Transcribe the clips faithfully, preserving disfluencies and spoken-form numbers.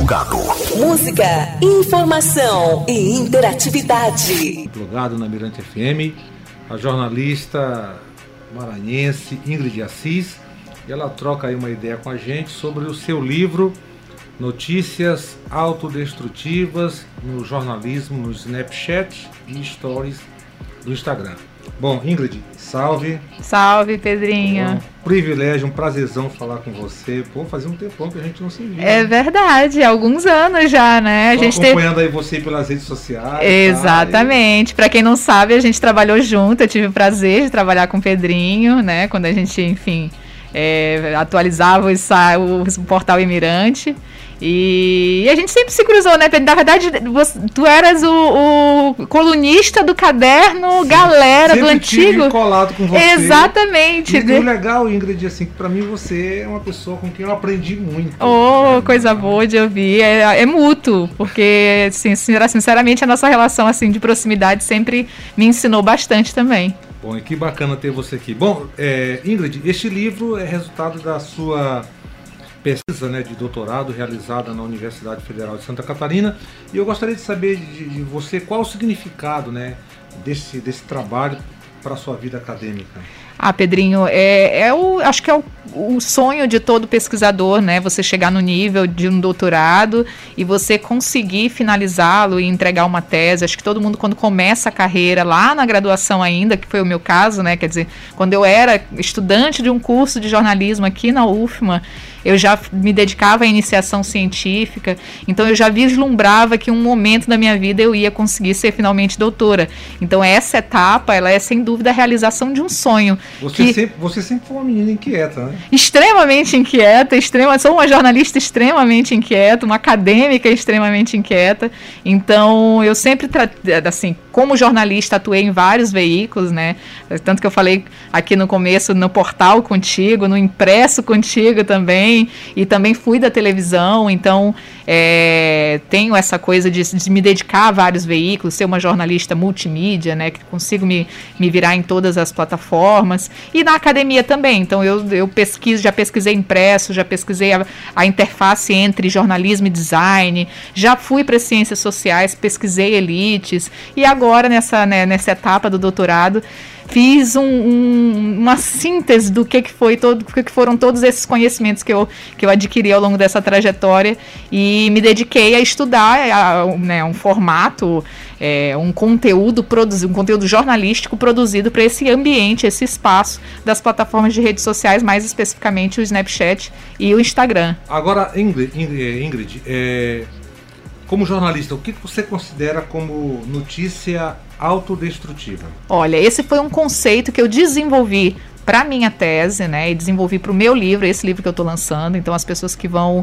Plugado. Música, informação e interatividade. Plugado na Mirante F M, a jornalista maranhense Ingrid Assis, e ela troca aí uma ideia com a gente sobre o seu livro Notícias Autodestrutivas no Jornalismo no Snapchat e Stories do Instagram. Bom, Ingrid, salve. Salve, Pedrinho. É um privilégio, um prazerzão falar com você. Pô, fazia um tempão que a gente não se via. É verdade, há alguns anos já, né? Tô a gente acompanhando teve... aí você pelas redes sociais. Exatamente. Tá? Para quem não sabe, a gente trabalhou junto. Eu tive o prazer de trabalhar com o Pedrinho, né? Quando a gente, enfim, é, atualizava o, o portal Emirante. E, e a gente sempre se cruzou, né, Pedro? Na verdade, você, tu eras o, o colunista do caderno Sim, Galera, do antigo. Tive colado com você. Exatamente. E, e o legal, Ingrid, assim, que pra mim você é uma pessoa com quem eu aprendi muito. Oh, né? Coisa boa de ouvir. É, é mútuo, porque, assim, sinceramente, a nossa relação assim, de proximidade sempre me ensinou bastante também. Bom, e que bacana ter você aqui. Bom, é, Ingrid, este livro é resultado da sua pesquisa, né, de doutorado realizada na Universidade Federal de Santa Catarina, e eu gostaria de saber de, de você qual o significado, né, desse, desse trabalho para a sua vida acadêmica. Ah, Pedrinho, é, é o, acho que é o, o sonho de todo pesquisador, né? Você chegar no nível de um doutorado e você conseguir finalizá-lo e entregar uma tese. Acho que todo mundo, quando começa a carreira, lá na graduação ainda, que foi o meu caso, né? Quer dizer, quando eu era estudante de um curso de jornalismo aqui na U F M A, eu já me dedicava à iniciação científica, então eu já vislumbrava que um momento da minha vida eu ia conseguir ser finalmente doutora. Então essa etapa, ela é sem dúvida a realização de um sonho. Você, que... sempre, você sempre foi uma menina inquieta, né? Extremamente inquieta, extrema, sou uma jornalista extremamente inquieta, uma acadêmica extremamente inquieta, então eu sempre, tra... assim, como jornalista atuei em vários veículos, né? Tanto que eu falei aqui no começo, no portal contigo, no impresso contigo também, e também fui da televisão, então é, tenho essa coisa de, de me dedicar a vários veículos, ser uma jornalista multimídia, né, que consigo me, me virar em todas as plataformas, e na academia também, então eu, eu pesquiso, já pesquisei impresso, já pesquisei a, a interface entre jornalismo e design, já fui para ciências sociais, pesquisei elites, e agora nessa, né, nessa etapa do doutorado, fiz um, um, uma síntese do que, que, foi todo, que, que foram todos esses conhecimentos que eu, que eu adquiri ao longo dessa trajetória e me dediquei a estudar a, a, né, um formato, é, um conteúdo produzido, um conteúdo jornalístico produzido para esse ambiente, esse espaço das plataformas de redes sociais, mais especificamente o Snapchat e o Instagram. Agora, Ingrid, Ingrid, Ingrid é, como jornalista, o que você considera como notícia autodestrutiva? Olha, esse foi um conceito que eu desenvolvi para minha tese, né, e desenvolvi para o meu livro, esse livro que eu estou lançando. Então as pessoas que vão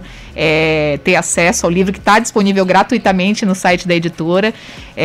é, ter acesso ao livro, que está disponível gratuitamente no site da editora,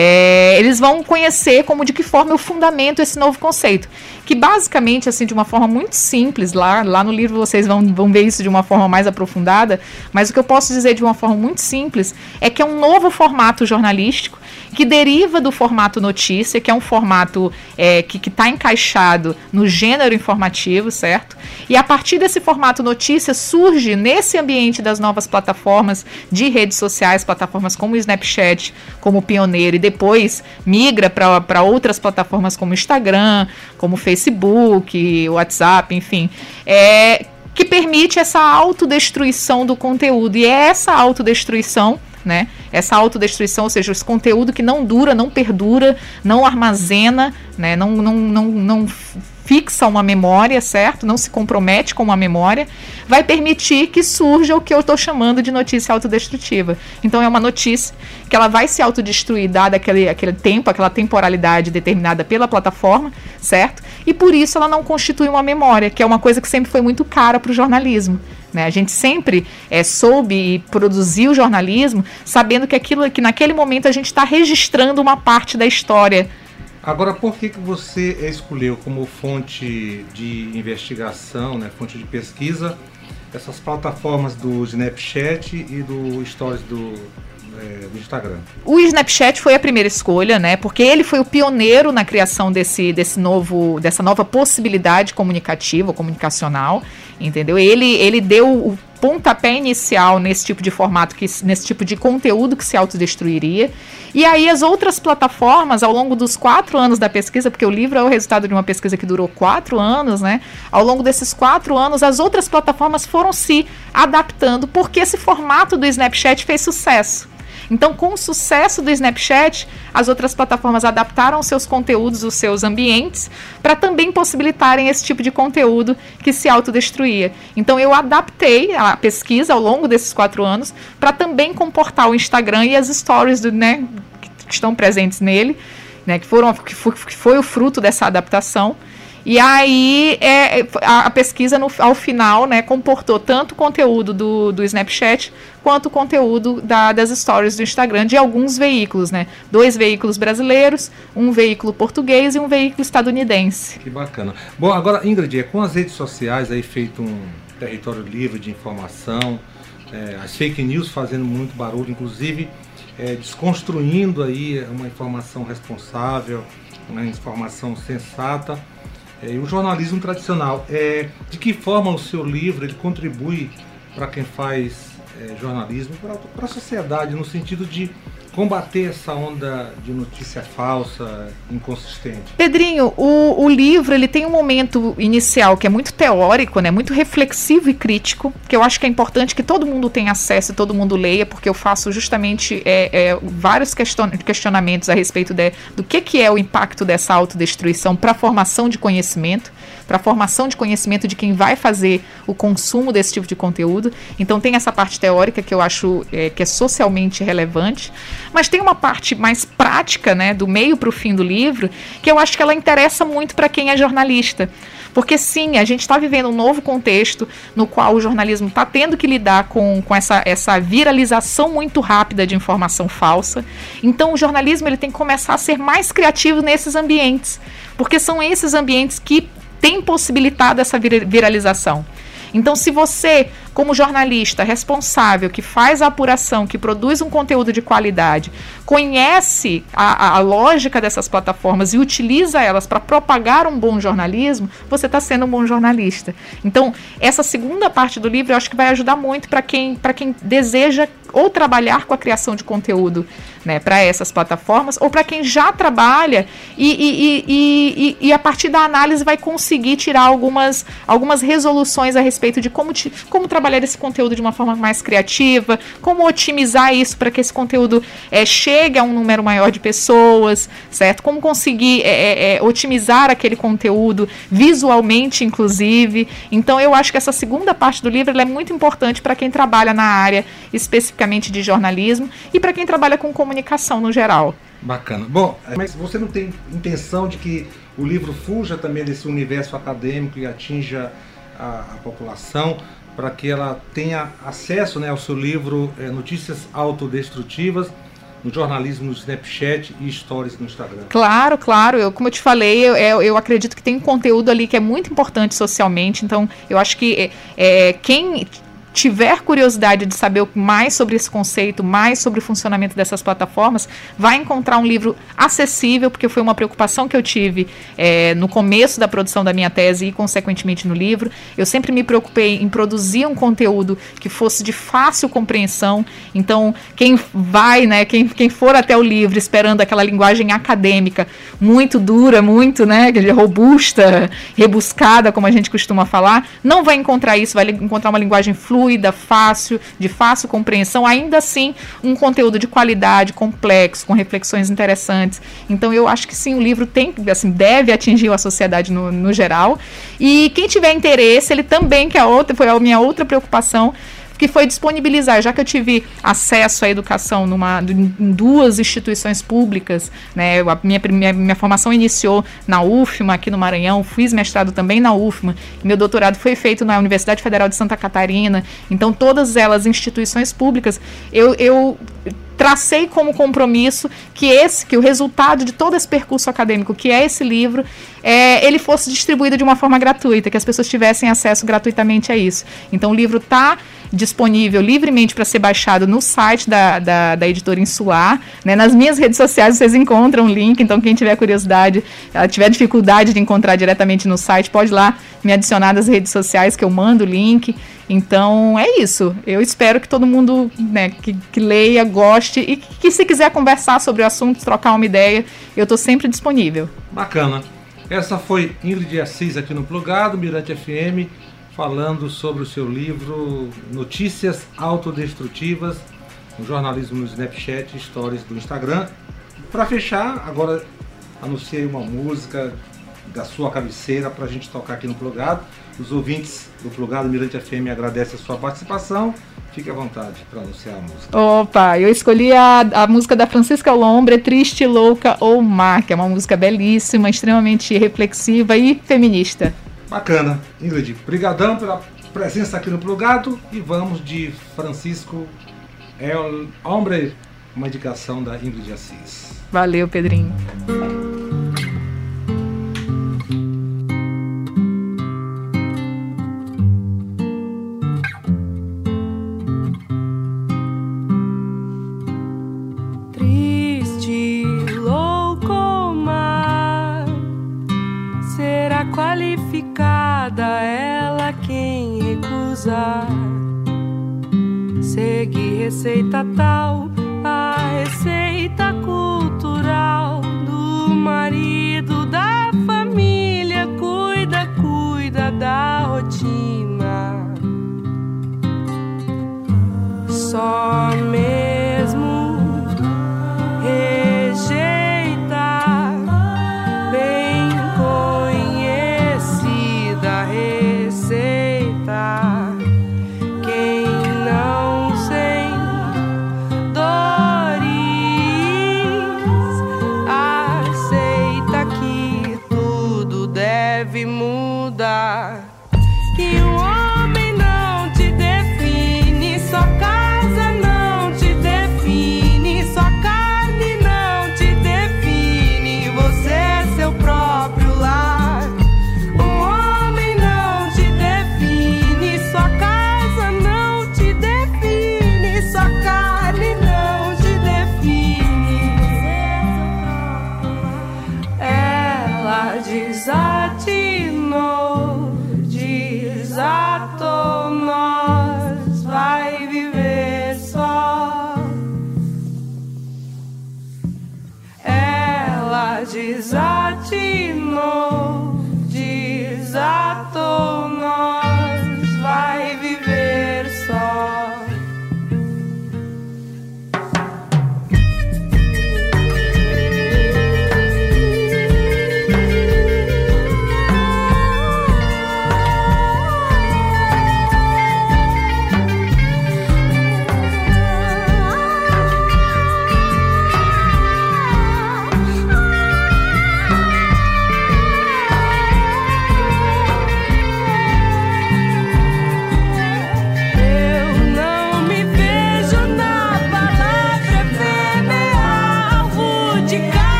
é, eles vão conhecer como, de que forma eu fundamento esse novo conceito, que basicamente, assim, de uma forma muito simples, lá, lá no livro vocês vão, vão ver isso de uma forma mais aprofundada, mas o que eu posso dizer de uma forma muito simples é que é um novo formato jornalístico que deriva do formato notícia, que é um formato é, que está encaixado no gênero informativo, certo? E a partir desse formato notícia surge nesse ambiente das novas plataformas de redes sociais, plataformas como o Snapchat, como o pioneiro, e depois migra para outras plataformas como o Instagram, como o Facebook, o WhatsApp, enfim, é, que permite essa autodestruição do conteúdo. E é essa autodestruição, né? Essa autodestruição, ou seja, esse conteúdo que não dura, não perdura, não armazena, né? não, não, não, não fixa uma memória, certo? Não se compromete com uma memória, vai permitir que surja o que eu estou chamando de notícia autodestrutiva. Então é uma notícia que ela vai se autodestruir dado aquele, aquele tempo, aquela temporalidade determinada pela plataforma, certo? E por isso ela não constitui uma memória, que é uma coisa que sempre foi muito cara para o jornalismo. Né? A gente sempre é, soube e produziu jornalismo sabendo que, aquilo, que naquele momento a gente está registrando uma parte da história. Agora, por que, que você escolheu como fonte de investigação, né, fonte de pesquisa, essas plataformas do Snapchat e do Stories do, é, do Instagram? O Snapchat foi a primeira escolha, né, porque ele foi o pioneiro na criação desse, desse novo, dessa nova possibilidade comunicativa, comunicacional, entendeu? Ele, ele deu o pontapé inicial nesse tipo de formato, que, nesse tipo de conteúdo que se autodestruiria. E aí as outras plataformas, ao longo dos quatro anos da pesquisa, porque o livro é o resultado de uma pesquisa que durou quatro anos, né? Ao longo desses quatro anos, as outras plataformas foram se adaptando, porque esse formato do Snapchat fez sucesso. Então, com o sucesso do Snapchat, as outras plataformas adaptaram os seus conteúdos, os seus ambientes, para também possibilitarem esse tipo de conteúdo que se autodestruía. Então, eu adaptei a pesquisa ao longo desses quatro anos para também comportar o Instagram e as stories do, né, que estão presentes nele, né, que, foram, que, foi, que foi o fruto dessa adaptação. E aí é, a, a pesquisa no, ao final, né, comportou tanto o conteúdo do, do Snapchat quanto o conteúdo da, das stories do Instagram de alguns veículos, né? Dois veículos brasileiros, um veículo português e um veículo estadunidense. Que bacana. Bom, agora, Ingrid, é com as redes sociais aí feito um território livre de informação, é, as fake news fazendo muito barulho, inclusive é, desconstruindo aí uma informação responsável, uma informação sensata. É, e o jornalismo tradicional, é, de que forma o seu livro ele contribui para quem faz é, jornalismo, para a sociedade, no sentido de combater essa onda de notícia falsa, inconsistente? Pedrinho, o, o livro ele tem um momento inicial que é muito teórico, né, muito reflexivo e crítico, que eu acho que é importante que todo mundo tenha acesso e todo mundo leia, porque eu faço justamente é, é, vários question- questionamentos a respeito de, do que, que é o impacto dessa autodestruição para a formação de conhecimento, para a formação de conhecimento de quem vai fazer o consumo desse tipo de conteúdo. Então tem essa parte teórica que eu acho é, que é socialmente relevante, mas tem uma parte mais prática, né, do meio para o fim do livro, que eu acho que ela interessa muito para quem é jornalista. Porque sim, a gente está vivendo um novo contexto no qual o jornalismo está tendo que lidar com, com essa, essa viralização muito rápida de informação falsa. Então o jornalismo ele tem que começar a ser mais criativo nesses ambientes, porque são esses ambientes que têm possibilitado essa vir- viralização. Então, se você, como jornalista responsável, que faz a apuração, que produz um conteúdo de qualidade, conhece a, a, a lógica dessas plataformas e utiliza elas para propagar um bom jornalismo, você está sendo um bom jornalista. Então, essa segunda parte do livro eu acho que vai ajudar muito para quem, para quem deseja ou trabalhar com a criação de conteúdo, né, para essas plataformas, ou para quem já trabalha e, e, e, e, e a partir da análise vai conseguir tirar algumas, algumas resoluções a respeito de como, te, como trabalhar esse conteúdo de uma forma mais criativa, como otimizar isso para que esse conteúdo é, chegue a um número maior de pessoas, certo? Como conseguir é, é, otimizar aquele conteúdo visualmente, inclusive. Então, eu acho que essa segunda parte do livro ela é muito importante para quem trabalha na área especificamente de jornalismo e para quem trabalha com comunicação no geral. Bacana. Bom, mas você não tem intenção de que o livro fuja também desse universo acadêmico e atinja a, a população, para que ela tenha acesso, né, ao seu livro é, Notícias Autodestrutivas no jornalismo no Snapchat e Stories no Instagram? Claro, claro. Eu, como eu te falei, eu, eu, eu acredito que tem um conteúdo ali que é muito importante socialmente, então eu acho que é, quem tiver curiosidade de saber mais sobre esse conceito, mais sobre o funcionamento dessas plataformas, vai encontrar um livro acessível, porque foi uma preocupação que eu tive é, no começo da produção da minha tese e, consequentemente, no livro. Eu sempre me preocupei em produzir um conteúdo que fosse de fácil compreensão. Então, quem vai, né, quem, quem for até o livro esperando aquela linguagem acadêmica muito dura, muito, né, robusta, rebuscada, como a gente costuma falar, não vai encontrar isso, vai encontrar uma linguagem fluida, fácil, de fácil compreensão, ainda assim um conteúdo de qualidade, complexo, com reflexões interessantes. Então eu acho que sim, o livro tem, assim, deve atingir a sociedade no, no geral, e quem tiver interesse, ele também, que é outra, foi a minha outra preocupação, que foi disponibilizar, já que eu tive acesso à educação numa, em duas instituições públicas, né, a minha, minha, minha formação iniciou na U F M A, aqui no Maranhão, fiz mestrado também na U F M A, meu doutorado foi feito na Universidade Federal de Santa Catarina, então todas elas instituições públicas, eu... eu tracei como compromisso que esse, que o resultado de todo esse percurso acadêmico, que é esse livro, é, ele fosse distribuído de uma forma gratuita, que as pessoas tivessem acesso gratuitamente a isso. Então o livro está disponível livremente para ser baixado no site da, da, da editora Insular, né? Nas minhas redes sociais vocês encontram o link, então quem tiver curiosidade, tiver dificuldade de encontrar diretamente no site, pode ir lá me adicionar nas redes sociais que eu mando o link. Então é isso. Eu espero que todo mundo, né, que, que leia, goste e que, que se quiser conversar sobre o assunto, trocar uma ideia, eu estou sempre disponível. Bacana. Essa foi Ingrid Assis aqui no Plugado, Mirante F M, falando sobre o seu livro Notícias Autodestrutivas, no jornalismo no Snapchat, stories do Instagram. Para fechar, agora anunciei uma música da sua cabeceira para a gente tocar aqui no Plugado. Os ouvintes do Plugado Mirante F M agradecem a sua participação. Fique à vontade para anunciar a música. Opa, eu escolhi a, a música da Francisca Lombre, Triste, Louca ou Má, que é uma música belíssima, extremamente reflexiva e feminista. Bacana. Ingrid, brigadão pela presença aqui no Plugado e vamos de Francisco El Hombre, uma indicação da Ingrid Assis. Valeu, Pedrinho. Triste, louco, má, será qualificada ela quem recusar. Segue receita tal, a receita cultural do marido da família, cuida, cuida da rotina. Somente